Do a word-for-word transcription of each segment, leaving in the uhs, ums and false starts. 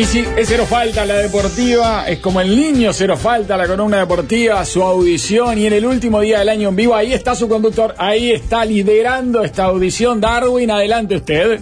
sí, es Cero Falta la deportiva, es como el niño Cero Falta, la columna deportiva, su audición, y en el último día del año en vivo, ahí está su conductor, ahí está liderando esta audición. Darwin, adelante usted.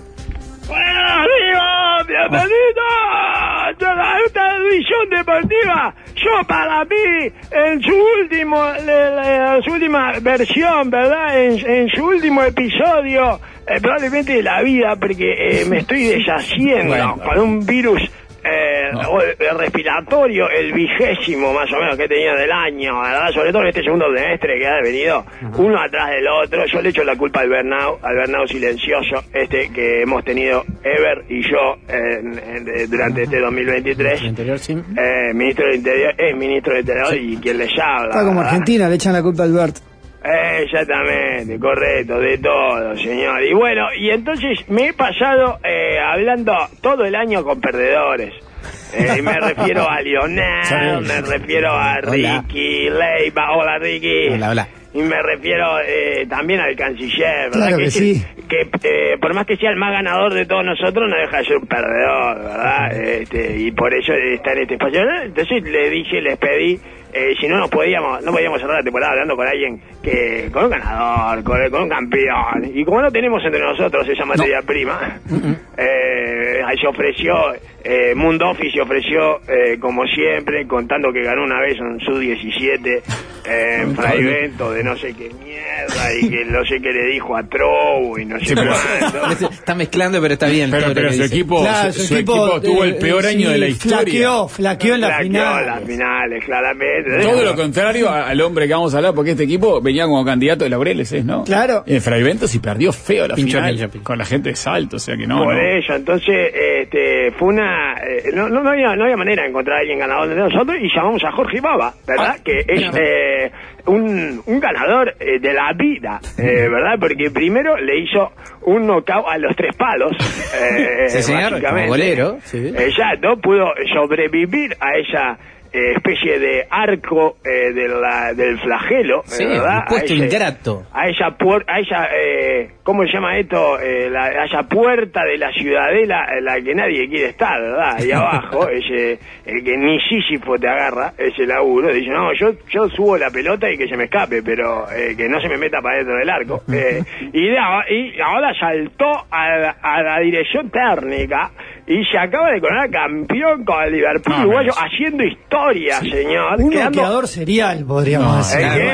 Buenos días, bienvenido a esta edición deportiva. Yo, para mí, en su último, en su última versión, ¿verdad? En, en su último episodio, eh, probablemente de la vida, porque eh, me estoy deshaciendo bueno, con un virus eh, no. respiratorio, el vigésimo más o menos que he tenido del año, ¿verdad? Sobre todo en este segundo semestre que ha venido uh-huh. uno atrás del otro. Yo le echo la culpa al burnout, al burnout silencioso este que hemos tenido Ever y yo en, en, durante uh-huh. este dos mil veintitrés. ¿El interior, sí? eh, ministro del Interior, es ministro del Interior sí. y quien les habla. Está como ¿verdad? Argentina, le echan la culpa al Bert. Exactamente, correcto, de todo, señor. Y bueno, y entonces me he pasado eh, hablando todo el año con perdedores. Eh, me refiero a Lionel, me refiero a Ricky Leiva. Hola, Ricky. Hola, hola. Y me refiero eh, también al canciller, ¿verdad? Claro que, que sí. Que eh, por más que sea el más ganador de todos nosotros, no deja de ser un perdedor, ¿verdad? Este, y por eso está en este espacio. Entonces le dije, les pedí, eh, si no nos podíamos, no podíamos cerrar la temporada hablando con alguien que, con un ganador, con, con un campeón. Y como no tenemos entre nosotros esa materia no. prima, uh-uh. eh, se ofreció, eh, Mundo Office se ofreció, eh, como siempre, contando que ganó una vez un sub diecisiete eh, en Fraivento de no sé qué mierda, y que no sé qué le dijo a Trovo y no sé cuánto. Está mezclando, pero está bien. Pero, pero su, equipo, claro, su, su, su equipo, equipo tuvo eh, el peor eh, año sí, de la historia. Flaqueó, flaqueó en la flaqueó final. en las finales, claramente. Todo lo contrario al hombre que vamos a hablar, porque este equipo venía como candidato de Laureles, ¿eh? ¿no? Claro. En Fraivento sí perdió feo la Pincho final Pincho. con la gente de Salto, o sea que no. Por no. eso, entonces, este, fue una... Eh, no, no, no, había, no había manera de encontrar a alguien ganador de nosotros y llamamos a Jorge Baba, ¿verdad? Ah, que es eh, un, un ganador eh, de la vida, eh, ¿verdad? Porque primero le hizo un knockout a los tres palos, eh, sí, señor, básicamente. Como bolero, sí. Exacto, pudo sobrevivir a esa... Eh, especie de arco eh, de la, del flagelo, sí, ¿verdad? Puesto a ese, ingrato. A esa puerta, a esa, eh, ¿cómo se llama esto? Eh, la, a esa puerta de la ciudadela en la que nadie quiere estar, ¿verdad? Ahí abajo, ese, el que ni Sísifo te agarra, ese laburo, dice, no, yo, yo subo la pelota y que se me escape, pero eh, que no se me meta para dentro del arco. Eh, y, de, y ahora saltó a, a la dirección técnica y se acaba de coronar campeón con el Liverpool no, uruguayo, no. haciendo historia, sí. señor. Un quedando... noqueador serial, podríamos no, decir. claro,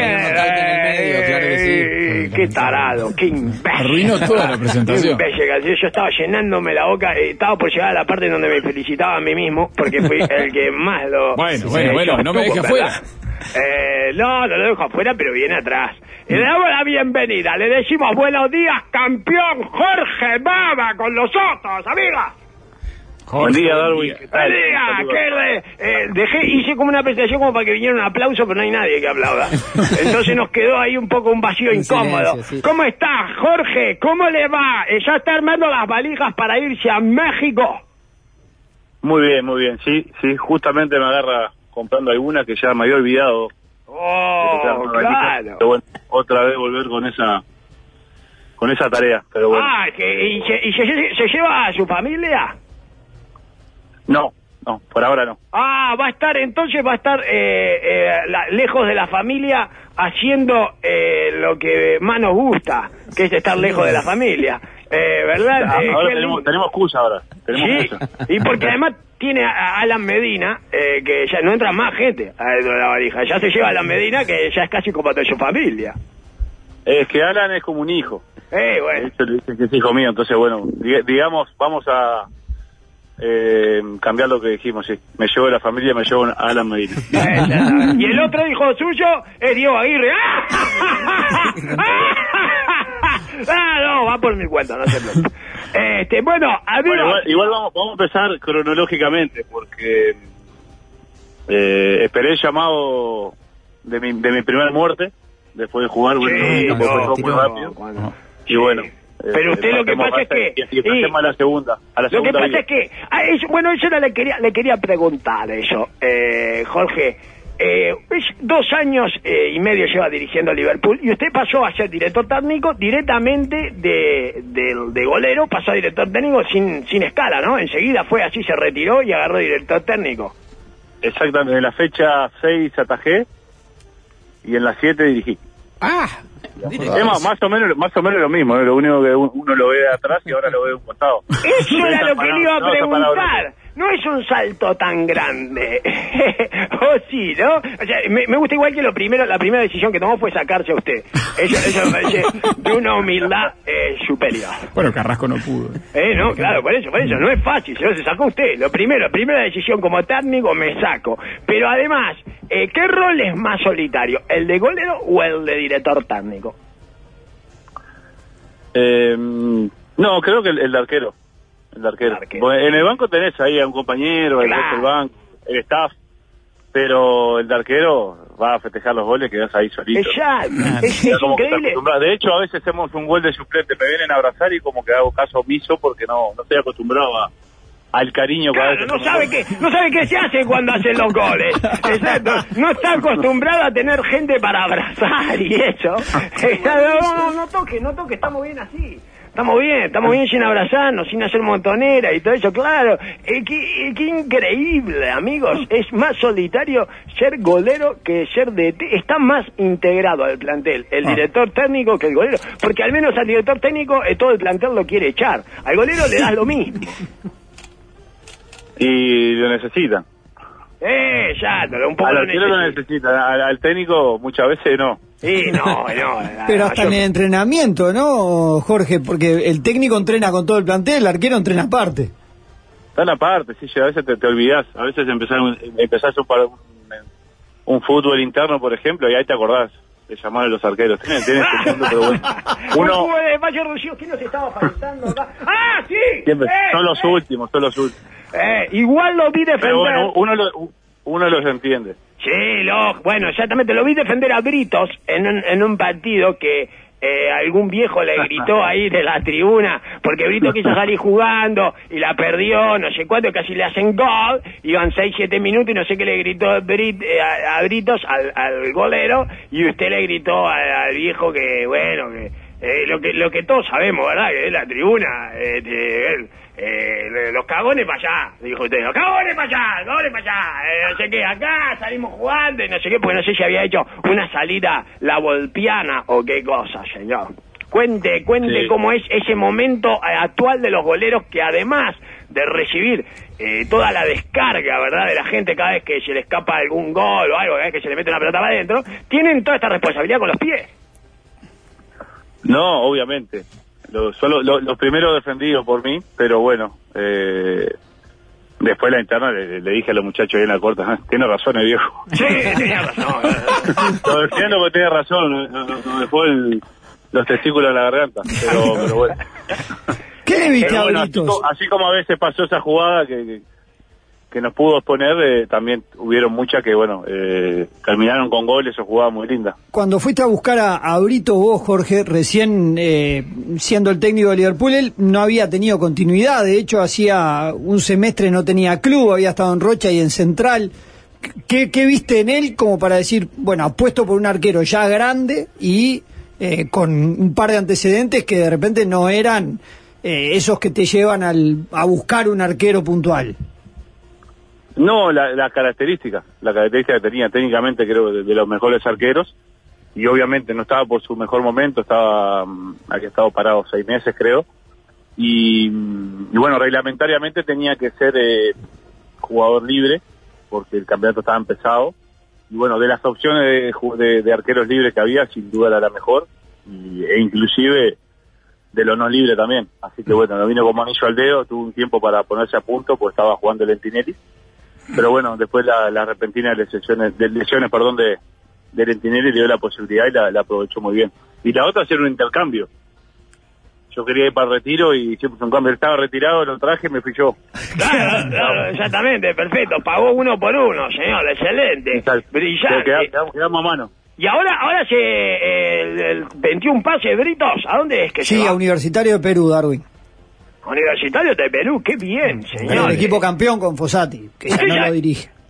Eh, claro que sí. Qué tarado, qué imbécil. Arruinó toda la presentación. Qué imbécil. Yo estaba llenándome la boca, eh, estaba por llegar a la parte donde me felicitaba a mí mismo, porque fui el que más lo... Bueno, bueno, bueno, no me deje afuera. Eh, no, no lo dejo afuera, pero viene atrás. Y le damos la bienvenida, le decimos buenos días, campeón Jorge Baba con nosotros, amiga. Buen día, Darwin. ¿Qué tal? Buen día, ¿qué le, eh, dejé, hice como una presentación como para que viniera un aplauso, pero no hay nadie que aplauda. Entonces nos quedó ahí un poco un vacío incómodo. Silencio, sí. ¿Cómo está, Jorge? ¿Cómo le va? ¿Ya está armando las valijas para irse a México? Muy bien, muy bien. Sí, sí, justamente me agarra comprando alguna que ya me había olvidado. Oh, claro. Pero bueno, otra vez volver con esa con esa tarea, pero bueno. Ah, que, ¿y, se, y se, se lleva a su familia? No, no, por ahora no. Ah, va a estar, entonces va a estar eh, eh, la, lejos de la familia, haciendo eh, lo que más nos gusta, que es estar lejos de la familia. Eh, ¿Verdad? Ah, eh, ahora tenemos, tenemos excusa ahora. Tenemos sí, excusa. y porque además tiene a Alan Medina, eh, que ya no entra más gente adentro de la valija. Ya se lleva a Alan Medina, que ya es casi como toda su familia. Es que Alan es como un hijo. Eh, bueno. De hecho, le dicen que es hijo mío, entonces bueno, digamos, vamos a... Eh, cambiar lo que dijimos, sí. Me llevo de la familia, me llevo a Alan Medina. Y el otro hijo suyo es Diego Aguirre. Ah, no, va por mi cuenta, no se preocupe. Este, bueno, amigos... Bueno, igual, igual vamos, vamos a empezar cronológicamente, porque eh, esperé el llamado de mi, de mi primera muerte, después de jugar, bueno, sí, no, no, muy rápido. Bueno, y bueno... Pero usted lo que pasa es que... Y, y sí, a la segunda, a la lo que segunda pasa vida. es que... Ah, eso, bueno, eso no le quería, le quería preguntar eso, eh, Jorge. eh, es dos años eh, y medio lleva dirigiendo a Liverpool y usted pasó a ser director técnico directamente de, de, de golero, pasó a director técnico sin, sin escala, ¿no? Enseguida fue así, se retiró y agarró director técnico. Exactamente, en la fecha seis atajé y en la siete dirigí. Ah, Es más, más o menos más o menos lo mismo, ¿eh? Lo único que uno lo ve de atrás y ahora lo ve de un costado. Eso era lo que le iba a No, preguntar. No es un salto tan grande. O sí, ¿no? O sea, me, me gusta igual que lo primero, la primera decisión que tomó fue sacarse a usted. Eso, eso me parece de una humildad eh, superior. Bueno, Carrasco no pudo. Eh, no, claro, por eso, por eso, no es fácil, se lo se sacó usted. Lo primero, la primera decisión como técnico, me saco. Pero además, eh, ¿qué rol es más solitario? ¿El de golero o el de director técnico? Eh, no, creo que el, el de arquero. El de arquero. Arquero. Bueno, en el banco tenés ahí a un compañero, el Claro. resto del banco, el staff, pero el de arquero va a festejar los goles, quedás ahí solito. Exacto, Ah, es, Ya es como que te increíble. acostumbras. De hecho, a veces hacemos un gol de suplente, me vienen a abrazar y como que hago caso omiso porque no, no estoy acostumbrado a, al cariño cada Claro, vez que no hacemos sabe un qué, gol. no sabe qué se hace cuando hacen los goles. Exacto. No está acostumbrado a tener gente para abrazar y eso. No, no, no toque, no toque, estamos bien así. Estamos bien, estamos bien sin abrazarnos, sin hacer montonera y todo eso, claro. Eh, qué, eh, qué increíble, amigos. Es más solitario ser golero que ser D T. Está más integrado al plantel el Ah. director técnico que el golero. Porque al menos al director técnico eh, todo el plantel lo quiere echar. Al golero le das lo mismo. Y lo necesitan. Eh, ya, un poco Al lo arquero lo necesito. necesitan, al, al técnico muchas veces no. Sí, no, no. Pero no, hasta yo- en el entrenamiento, ¿no, Jorge? Porque el técnico entrena con todo el plantel, el arquero entrena aparte. Están aparte, sí, a veces te, te olvidás, a veces empezás, empezás un, par- un, un fútbol interno, por ejemplo, y ahí te acordás de llamar a los arqueros. Tienen, tienen su mundo, pero bueno. Un Uno, juego de Valle Rocío, ¿quién nos estaba faltando acá? ¡Ah, sí! siempre, Eh, son los eh, últimos, son los últimos. eh, igual lo vi defender. Pero bueno, uno, lo, uno los entiende. Sí, lo, bueno, exactamente, lo vi defender a Britos en un, en un partido que eh, algún viejo le gritó ahí de la tribuna, porque Britos quiso salir jugando y la perdió, no sé cuánto, casi le hacen gol, iban seis, siete minutos y no sé qué le gritó Brit, eh, a, a Britos, al, al golero, y usted le gritó al, al viejo que, bueno, que eh, lo que lo que todos sabemos, ¿verdad? Que es la tribuna, eh, de, él. Eh, los cagones para allá, dijo usted, los cagones para allá, cagones para allá, eh, no sé qué, acá salimos jugando y no sé qué, porque no sé si había hecho una salida la volpiana o qué cosa, señor. Cuente, cuente Sí. cómo es ese momento eh, actual de los goleros que además de recibir eh, toda la descarga, ¿verdad?, de la gente cada vez que se le escapa algún gol o algo, cada vez que se le mete una pelota para adentro, tienen toda esta responsabilidad con los pies. No, obviamente. Lo, solo lo- los primeros defendidos por mí, pero bueno, eh, después la interna le, le dije a los muchachos ahí en la corta, ah, tiene razón el viejo. Sí, tenía razón. Lo defiendo porque tiene razón, no- no- no me dejó el- los testículos en la garganta, pero, pero bueno. ¿Qué le viste Pero a bueno, así, Britos? co- así como a veces pasó esa jugada que, que, que nos pudo exponer, eh, también hubieron muchas que, bueno, eh, terminaron con goles o jugadas muy lindas. Cuando fuiste a buscar a, a Brito vos, Jorge, recién eh, siendo el técnico de Liverpool, él no había tenido continuidad, de hecho hacía un semestre no tenía club, había estado en Rocha y en Central. ¿Qué, qué viste en él como para decir, bueno, apuesto por un arquero ya grande y eh, con un par de antecedentes que de repente no eran eh, esos que te llevan al, a buscar un arquero puntual? No, la, la característica, la característica que tenía técnicamente creo de, de los mejores arqueros, y obviamente no estaba por su mejor momento, estaba mm, había estado parado seis meses creo, y, mm, y bueno, reglamentariamente tenía que ser eh, jugador libre, porque el campeonato estaba empezado, y bueno, de las opciones de, ju- de, de arqueros libres que había, sin duda era la mejor, y, e inclusive de los no libres también, así que bueno, no vino como anillo al dedo, tuvo un tiempo para ponerse a punto, pues estaba jugando el Lentinelli. Pero bueno, después la, la repentina lesiones, de lesiones perdón, de, de Lentinelli le dio la posibilidad y la, la aprovechó muy bien. Y la otra, hacer un intercambio. Yo quería ir para el retiro y siempre un cambio. Él estaba retirado, lo traje y me fui yo. Claro, claro, exactamente, perfecto. Pagó uno por uno, señor, excelente. Exacto. Brillante. Quedamos, quedamos- quedamos a mano. Y ahora, ahora se, eh, el, el veintiún pases Britos, ¿a dónde es que Sí, se va? a Universitario de Perú, Darwin. Universitario de Perú, qué bien, señor. El equipo campeón con Fossati, que ya no ya- lo dirige.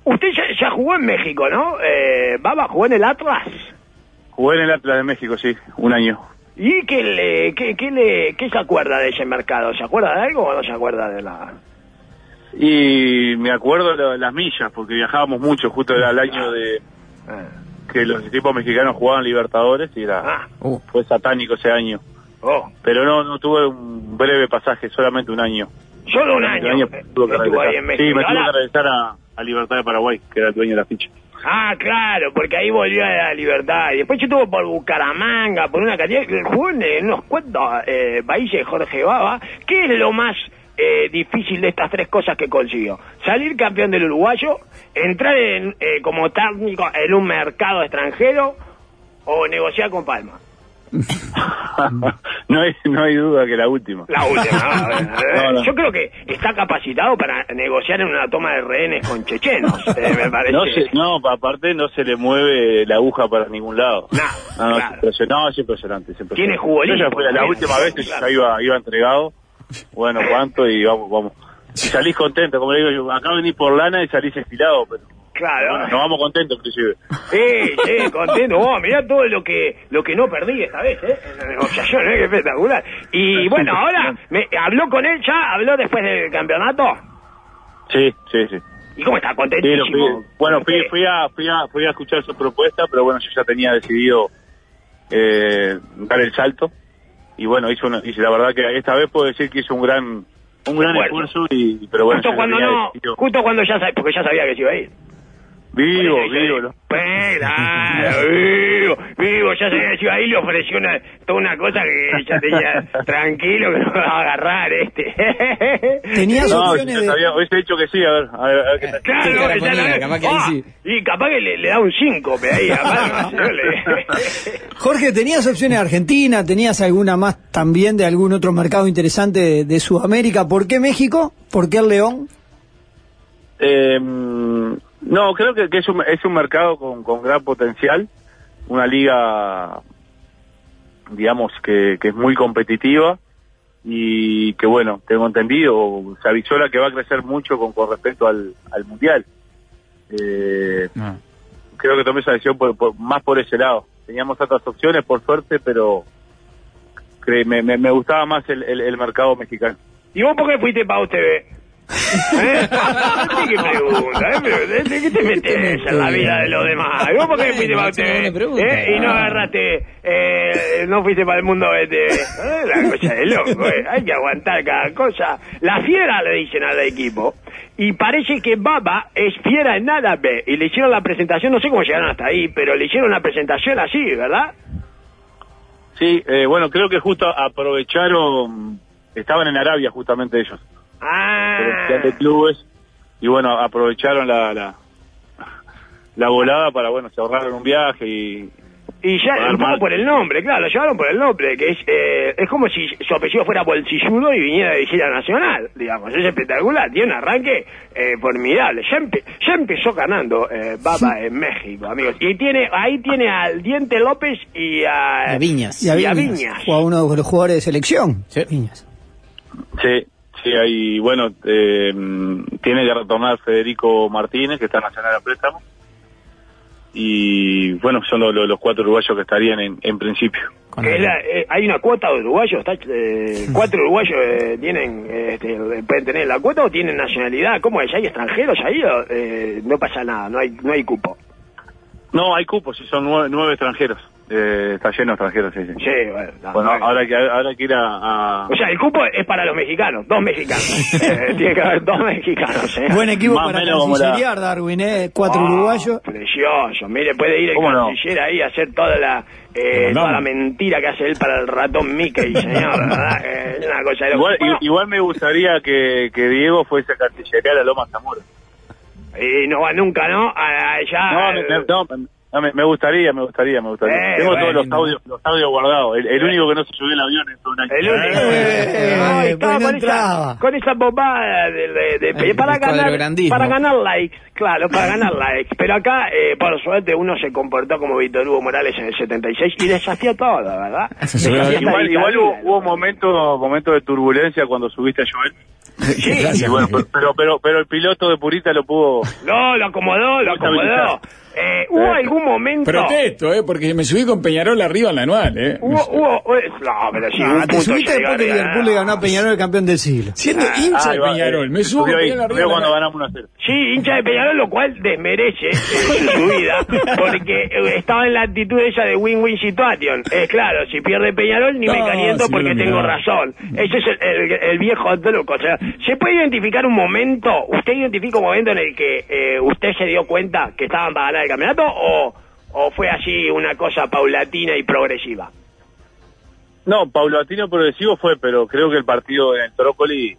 Usted ya, ya jugó en México, ¿no? Eh, Baba, ¿jugó en el Atlas? Jugué en el Atlas de México, sí, un año. ¿Y qué, le, qué, qué, le, qué se acuerda de ese mercado? ¿Se acuerda de algo o no se acuerda de la...? Y me acuerdo de las millas, porque viajábamos mucho, justo era el año de que los equipos mexicanos jugaban Libertadores y era Ah. uh, fue satánico ese año. Oh. Pero no, no tuve un breve pasaje, solamente un año. Solo un año. año eh, tuve que estuvo ahí regresar. en México. Sí, me tuve Ahora- que regresar a, a Libertad de Paraguay, que era el dueño de la ficha. Ah, claro, porque ahí volvió a la Libertad. Y después yo estuve por Bucaramanga, por una cantidad... Jugó en en unos cuantos eh, países Jorge Baba. ¿Qué es lo más eh, difícil de estas tres cosas que consiguió? Salir campeón del uruguayo, entrar en, eh, como técnico en un mercado extranjero o negociar con Palma. no hay no hay duda que la última. La última. A ver, a ver. No, no. Yo creo que está capacitado para negociar en una toma de rehenes con chechenos, eh, me parece. No, se, no, aparte no se le mueve la aguja para ningún lado. No, no, no, claro. es impresionante, no, es impresionante, es impresionante. Tiene jugo Yo ya limpio fui, la también, última vez que claro. ya iba, iba entregado, bueno, cuánto, y vamos, vamos. Y salís contento, como le digo yo, acá venís por lana y salís estilado, pero Claro. bueno, nos vamos contentos inclusive. Sí, sí, contento. Oh, mirá todo lo que lo que no perdí esta vez, ¿eh? En la negociación, ¿eh? Qué espectacular. Y bueno, ahora, me, ¿habló con él ya? ¿Habló después del campeonato? Sí, sí, sí. ¿Y cómo está? Sí, lo Contentísimo. fui- bueno, fui, fui, a, fui, a, fui a escuchar su propuesta, pero bueno, yo ya tenía decidido eh, dar el salto. Y bueno, hizo una, y la verdad que esta vez puedo decir que hizo un gran un gran Esfuerzo. esfuerzo, y pero bueno, justo yo cuando tenía no, decidido. justo cuando ya sabía, porque ya sabía que se iba a ir. Vivo, Por eso dice, vivo. ¿no? pues, claro, vivo, vivo, ya sabía que se iba a ir, le ofreció una, toda una cosa que ya tenía tranquilo que no me va a agarrar este. Tenías No, opciones yo de... sabía, hubiese dicho que sí, a ver, a ver, a ver qué tal. Claro, Qué cara ya ponía, la- capaz que ahí ah, sí. y capaz que le, le da un síncope ahí, capaz, ¿no? Le- Jorge, ¿tenías opciones de Argentina? ¿Tenías alguna más también de algún otro mercado interesante de, de Sudamérica? ¿Por qué México? ¿Por qué el León? Eh, no, creo que, que es, un, es un mercado con, con gran potencial, una liga, digamos, que, que es muy competitiva y que, bueno, tengo entendido, se avisora que va a crecer mucho con, con respecto al, al Mundial. Eh, Ah. Creo que tomé esa decisión por, por- más por ese lado. Teníamos otras opciones, por suerte, pero cre- me, me, me gustaba más el, el, el mercado mexicano. ¿Y vos por qué fuiste para U T V? ¿Eh? ¿Qué pregunta? ¿Eh? Pero, ¿de qué te metes en la vida de los demás? ¿Y vos por qué fuiste para U T Bueno, V? pregunta. ¿Eh? Y no agarraste, eh, no fuiste para el mundo de T V. ¿Eh? La cosa de loco, ¿eh? Hay que aguantar cada cosa. La fiera le dicen al equipo. Y parece que Baba es fiera en nada, B. Y le hicieron la presentación, no sé cómo llegaron hasta ahí, pero le hicieron la presentación así, ¿verdad? Sí, eh, bueno, creo que justo aprovecharon, estaban en Arabia justamente ellos, Ah. de clubes, y bueno, aprovecharon la, la la volada para, bueno, se ahorraron un viaje y... Y ya, Para un poco armar. por el nombre, claro, lo llevaron por el nombre, que es eh, es como si su apellido fuera bolsilludo y viniera de Gira Nacional, digamos, es espectacular, tiene un arranque eh, formidable, ya, empe- ya empezó ganando eh, Baba en México, amigos, y tiene ahí tiene al Diente López y a, A Viñas. Y a y a Viñas, Viñas. o a uno de los jugadores de selección. Sí. Viñas. Sí, sí, ahí, bueno, eh, tiene que retornar Federico Martínez, que está en Nacional a préstamo, y bueno, son los, los cuatro uruguayos que estarían en, en principio. Con Que es el- la- eh, hay una cuota de uruguayos, está, eh, cuatro uruguayos eh, tienen eh, este, pueden tener la cuota o tienen nacionalidad, ¿cómo es? ¿Hay extranjeros ahí? O, eh, no pasa nada, no hay no hay cupo. No, hay cupos, sí, son nueve, nueve extranjeros, eh, está lleno de extranjeros, sí, sí. Sí, bueno, no, Bueno, no hay- ahora que ahora hay que ir a... a- O sea, el cupo es para los mexicanos, dos mexicanos. Eh, tiene que haber dos mexicanos, ¿eh? Buen equipo Más o para menos como la- cancillerear, Darwin, ¿eh? Cuatro Oh, uruguayos. Precioso. Mire, puede ir el ¿Cómo no? canciller ahí a hacer toda la eh, No. toda la mentira que hace él para el ratón Mickey, señor. ¿Verdad? Eh, es una cosa de loco. Igual, Bueno, i- igual me gustaría que, que Diego fuese a cancillerear a Loma Zamora. y no va nunca, ¿no? A- Allá. No, al- me, me- no, me- No, me, me gustaría, me gustaría, me gustaría. Eh, Tengo bueno. todos los audios, los audios guardados. El, el único que no se subió en el avión es un año. El único. Eh, No, eh, estaba pues no con, entraba. esa, con esa bobada de, de, de- El para ganar cuadrograndismo. para ganar likes, claro, para ganar likes. Pero acá, eh, por suerte, uno se comportó como Víctor Hugo Morales en el setenta y seis y desafió todo, ¿verdad? Se subió Desafió a- esta Igual, igual hubo, dictadura. hubo momentos momentos de turbulencia cuando subiste a Joel. Sí. Gracias, Y bueno, pero, pero, pero, pero el piloto de Purita lo pudo... No, lo acomodó, lo acomodó. Eh, ¿Hubo algún momento? Protesto, ¿eh? Porque me subí con Peñarol arriba en la anual, ¿eh? Hubo, hubo, eh, no, pero sí, Ah, un te punto subiste ya después que llegaría. Liverpool le ganó a Peñarol el campeón del siglo. Siendo hincha Ah, de va, Peñarol, eh, me subo con subió ahí, Peñarol arriba subió en la cuando anual. ganamos uno a cero. Sí, hincha de Peñarol, lo cual desmerece eh, su vida, porque eh, estaba en la actitud esa de win-win situation. Es claro, si pierde Peñarol ni me No, caliento si porque no lo tengo miraba. razón. Ese es el, el, el viejo truco. O sea, ¿se puede identificar un momento, usted identifica un momento en el que eh, usted se dio cuenta que estaban para ganar el campeonato o, o fue así una cosa paulatina y progresiva? No, paulatino progresivo fue, pero creo que el partido en el Trócoli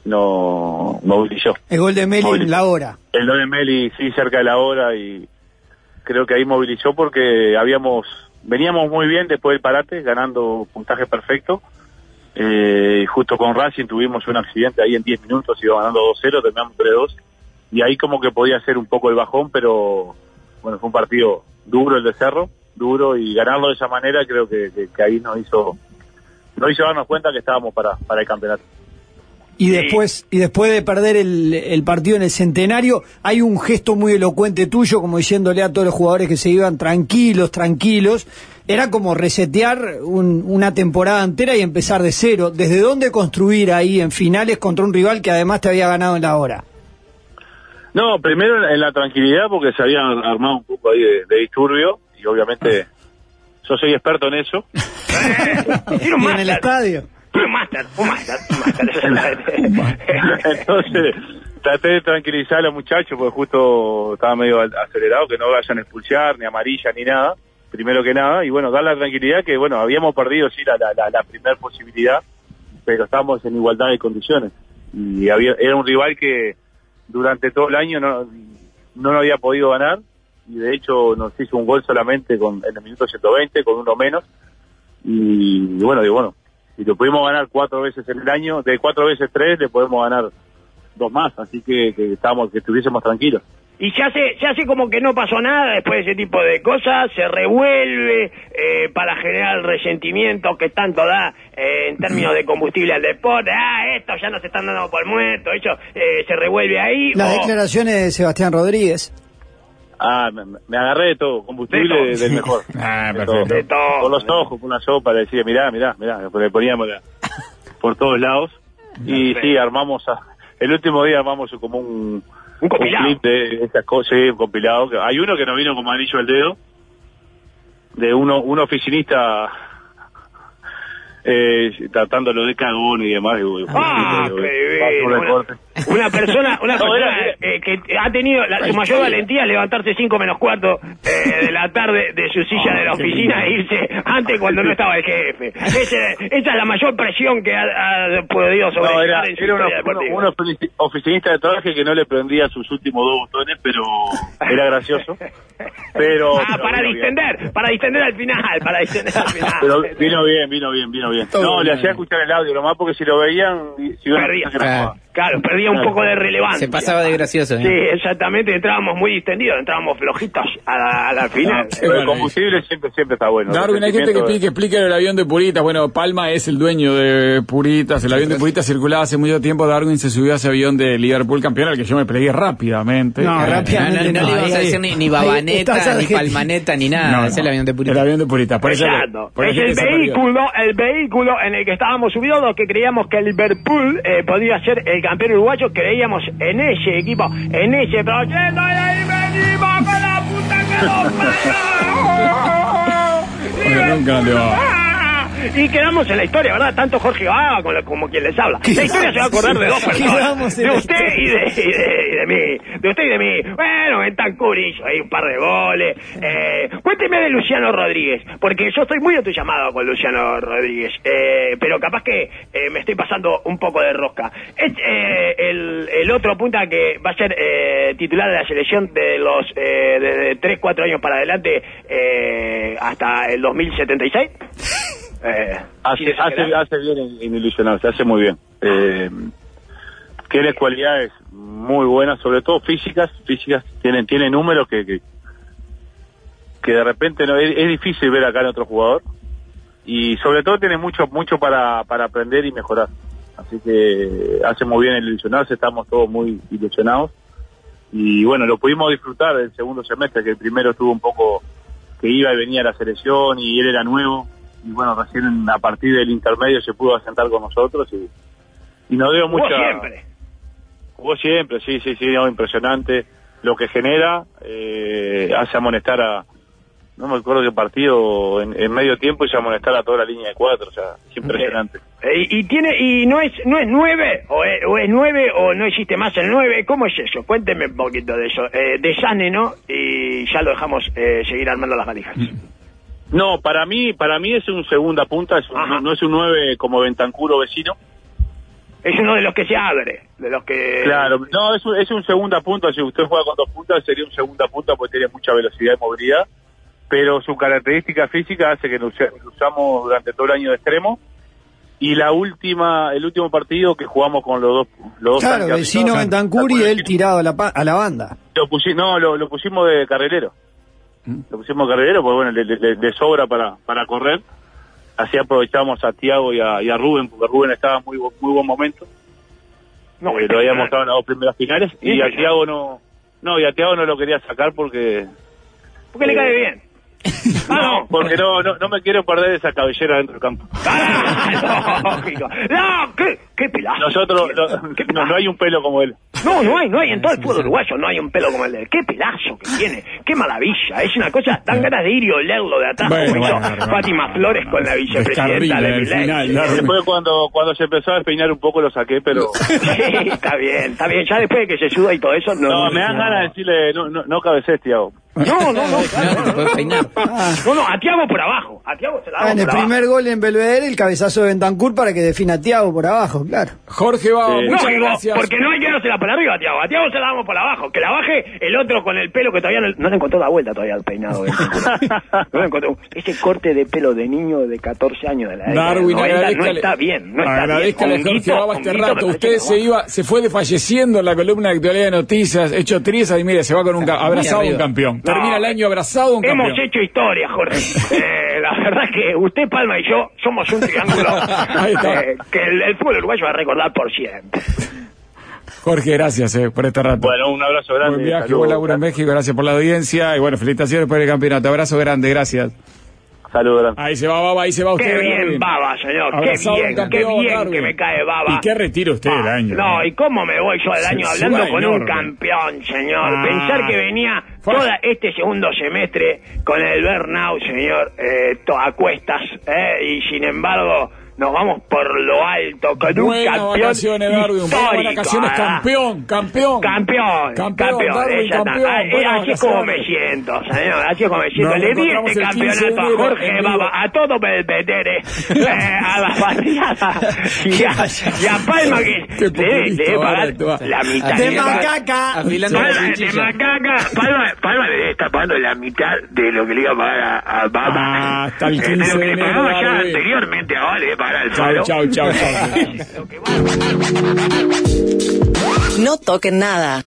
no movilizó. El gol de Meli en la hora. El gol de Meli sí cerca de la hora y creo que ahí movilizó porque habíamos veníamos muy bien después del parate, ganando puntaje perfecto. Eh, y justo con Racing tuvimos un accidente ahí en diez minutos, iba ganando dos cero, terminamos tres dos. Y ahí como que podía ser un poco el bajón, pero bueno, fue un partido duro el de Cerro, duro, y ganarlo de esa manera creo que, que, que ahí nos hizo, nos hizo darnos cuenta que estábamos para, para el campeonato. Y después, y después de perder el, el partido en el Centenario, hay un gesto muy elocuente tuyo, como diciéndole a todos los jugadores que se iban tranquilos, tranquilos. Era como resetear un, una temporada entera y empezar de cero. ¿Desde dónde construir ahí en finales contra un rival que además te había ganado en la hora? No, primero en la tranquilidad porque se había armado un poco ahí de, de disturbio y obviamente yo soy experto en eso. Tiene un Y en el máster. estadio. Un máster, un máster, un máster, eso es la- Entonces traté de tranquilizar a los muchachos porque justo estaba medio al- acelerado, que no vayan a expulsar ni amarilla ni nada, primero que nada, y bueno, dar la tranquilidad que bueno, habíamos perdido sí la, la, la, la primera posibilidad, pero estábamos en igualdad de condiciones y había, era un rival que durante todo el año no, no lo había podido ganar y de hecho nos hizo un gol solamente con, en el minuto ciento veinte con uno menos y, y bueno, digo bueno, si lo pudimos ganar cuatro veces en el año, de cuatro veces tres le podemos ganar dos más, así que, que estábamos, que estuviésemos tranquilos. Y se hace, se hace como que no pasó nada después de ese tipo de cosas, se revuelve eh, para generar el resentimiento que tanto da eh, en términos de combustible al deporte. Ah, esto ya nos están dando por muerto, eso eh, se revuelve ahí. Las o- declaraciones de Sebastián Rodríguez. Ah, me, me agarré de todo, combustible De todo. de- del mejor. Ah, De perfecto. De todo. Con los ojos, con una sopa, le decía, mirá, mirá, mirá, le poníamos la- por todos lados. Y sí, armamos, a, el último día armamos como un, Un compilado. clip de esas cosas, sí, un compilado. que- Hay uno que nos vino como anillo al dedo, de uno un oficinista eh, tratándolo de cagón y demás. y, y- Ah, y- qué y- bien. un Una, recorte. una persona, una No, persona era- eh, que ha tenido la, su mayor valentía es levantarse cinco menos cuarto eh, de la tarde de su silla de la oficina e irse antes cuando no estaba el jefe. Ese- esa es la mayor presión que ha, ha podido No, sobrellevar era, en su era historia uno, deportiva. uno- un ofici- oficinista de traje que no le prendía sus últimos dos botones, pero era gracioso. Pero, ah, pero para vino bien. distender, para distender al final, para distender al final. Pero vino bien, vino bien, vino bien. Todo No, le bien. hacía escuchar el audio, nomás porque si lo veían, si iban a Perdía. pensar que era Ah. jugada. Claro, perdía un poco de relevancia. Se pasaba de gracioso. ¿eh? Sí, exactamente, entrábamos muy distendidos, entrábamos flojitos a la, a la final. Qué Pero el maravilla. combustible siempre, siempre está bueno. Darwin, hay gente que explique, explique el avión de Puritas. Bueno, Palma es el dueño de Puritas. El avión de Puritas circulaba hace mucho tiempo. Darwin se subió a ese avión de Liverpool campeón, al que yo me plegué rápidamente. No, Eh, rápidamente. No, no, no, No, le vamos a ahí- decir ni, ni ahí babaneta, estás ni argentino. palmaneta, ni nada. no, es no. el avión de Puritas. El avión de Puritas. Por eso, Exacto. por Es eso el que se perdió. vehículo, el vehículo en el que estábamos subidos, los que creíamos que el Liverpool eh, podía ser el campeón uruguayo, creíamos en ese equipo, en ese proyecto, y ahí venimos con la puta que nos parió. Bueno, nunca le va. Ah, Y quedamos en la historia, ¿verdad? Tanto Jorge Baba como, como quien les habla. La historia se va a acordar de dos personas. De usted y de, y, de, y de mí. De usted y de mí. Bueno, Bentancur hizo ahí un par de goles. Eh, cuénteme de Luciano Rodríguez, porque yo estoy muy entusiasmado con Luciano Rodríguez. Eh, pero capaz que eh, me estoy pasando un poco de rosca. Es eh, el, el otro punta que va a ser eh, titular de la selección de los eh, de tres cuatro años para adelante eh, hasta el dos mil setenta y seis. Eh, hace, hace, hace bien en ilusionarse, hace muy bien. Eh, tiene cualidades muy buenas, sobre todo físicas, físicas, tiene, tiene números que, que, que de repente no es, es difícil ver acá en otro jugador, y sobre todo tiene mucho mucho para, para aprender y mejorar. Así que hace muy bien el ilusionarse, estamos todos muy ilusionados. Y bueno, lo pudimos disfrutar del segundo semestre, que el primero estuvo un poco que iba y venía a la selección y él era nuevo. Y bueno, recién a partir del intermedio se pudo asentar con nosotros y, y nos dio mucha... Jugó siempre. Jugó siempre, sí, sí, sí, no, impresionante. Lo que genera, eh, hace amonestar a... No me acuerdo qué partido, en, en medio tiempo, y amonestar a toda la línea de cuatro, o sea, es impresionante. Eh, y, y tiene y no es no es nueve, o es, o es nueve, o no existe más el nueve, ¿cómo es eso? Cuénteme un poquito de eso. Eh, de Sane, ¿no? Y ya lo dejamos eh, seguir armando las valijas. No, para mí para mí es un segunda punta, es un, no, no es un nueve como Bentancur o Vecino. Es uno de los que se abre, de los que... Claro, no, es un, es un segunda punta, si usted juega con dos puntas sería un segunda punta porque tiene mucha velocidad y movilidad, pero su característica física hace que lo usamos durante todo el año de extremo. Y la última, el último partido que jugamos con los dos, los dos claro, Vecino, Bentancur y él tirado a la, a la banda. Lo pusi, no, lo, lo pusimos de carrilero. ¿Mm? Lo pusimos de carrilero porque bueno, le, le, le sobra para, para correr. Así aprovechamos a Thiago y a, y a Rubén, porque Rubén estaba en muy, muy buen momento. No, eh, lo había mostrado en las dos primeras finales. Y a Thiago no, no, y a Thiago no lo quería sacar porque... Porque eh, le cae bien. No, porque no, no no me quiero perder esa cabellera dentro del campo. Ah, lógico. No, qué, qué pelazo. Nosotros, no, no, no hay un pelo como él. No, no hay, no hay, en todo el fútbol uruguayo no hay un pelo como el de él. Qué pelazo que tiene, qué maravilla. Es una cosa, dan ganas de ir y olerlo de atrás, bueno, como hizo bueno, Fátima bueno, Flores con la vicepresidenta de Milei. Después cuando, cuando se empezó a despeinar un poco lo saqué, pero... Sí, está bien, está bien. Ya después de que se suda y todo eso... No, no, no me dan ganas de decirle, no, no, no cabecees, Thiago. No, no, no, claro, no, no, no, no, no, a Thiago por abajo, a Thiago se la ah, en el primer abajo. Gol en Belvedere, el cabezazo de Bentancur para que defina a Thiago por abajo, claro. Jorge Baba, sí. muchas no, gracias. Porque no hay que dársela por arriba a Thiago, a Thiago se la damos por abajo, que la baje el otro con el pelo que todavía no, no le encontró la vuelta todavía al peinado. No le encontró, ese corte de pelo de niño de catorce años de la edad. Darwin, no, no está bien, no está agradezcale bien. a Jorge Baba este rato, usted se iba, se fue desfalleciendo en la columna de actualidad de noticias, hecho trizas y mire, se va con un abrazado un campeón. Termina el año abrazado. Un Hemos hecho historia, Jorge. Eh, la verdad es que usted, Palma y yo somos un triángulo eh, que el, el fútbol uruguayo va a recordar por siempre. Jorge, gracias eh, por este rato. Bueno, un abrazo grande. Buen viaje, buen laburo en México, gracias por la audiencia y bueno, felicitaciones por el campeonato. Abrazo grande, gracias. Saludos. Ahí se va Baba, ahí se va usted. Qué bien, Baba, señor. Abrazado qué bien, campeón, qué bien Darwin. que me cae Baba. ¿Y qué retira usted del ah, año? No, ¿no? ¿Y cómo me voy yo del año se hablando con enorme. un campeón, señor? Ah, Pensar que venía fue. todo este segundo semestre con el burnout, señor, eh, a cuestas, eh, y sin embargo... Nos vamos por lo alto con un Buenas campeón vacaciones, Darwin. histórico. Buenas vacaciones, campeón, campeón. Campeón, campeón. campeón. Darwin, Ella campeón. está, así es como me siento, señor. Así es como me siento. Le di este campeonato a Jorge Baba, a todo Belvedere, eh, a la barriada y a, y a Palma que le debe pagar la mitad. De macaca. Afilando la cuchilla. De macaca. Palma, Palma le está pagando la mitad de lo que le iba a pagar a, a Baba. Ah, hasta el Eh, quince de de lo que enero. pagaba ya Darwin. anteriormente, ahora le debe pagar al Chau, solo. chau, chau, chau. No toquen nada.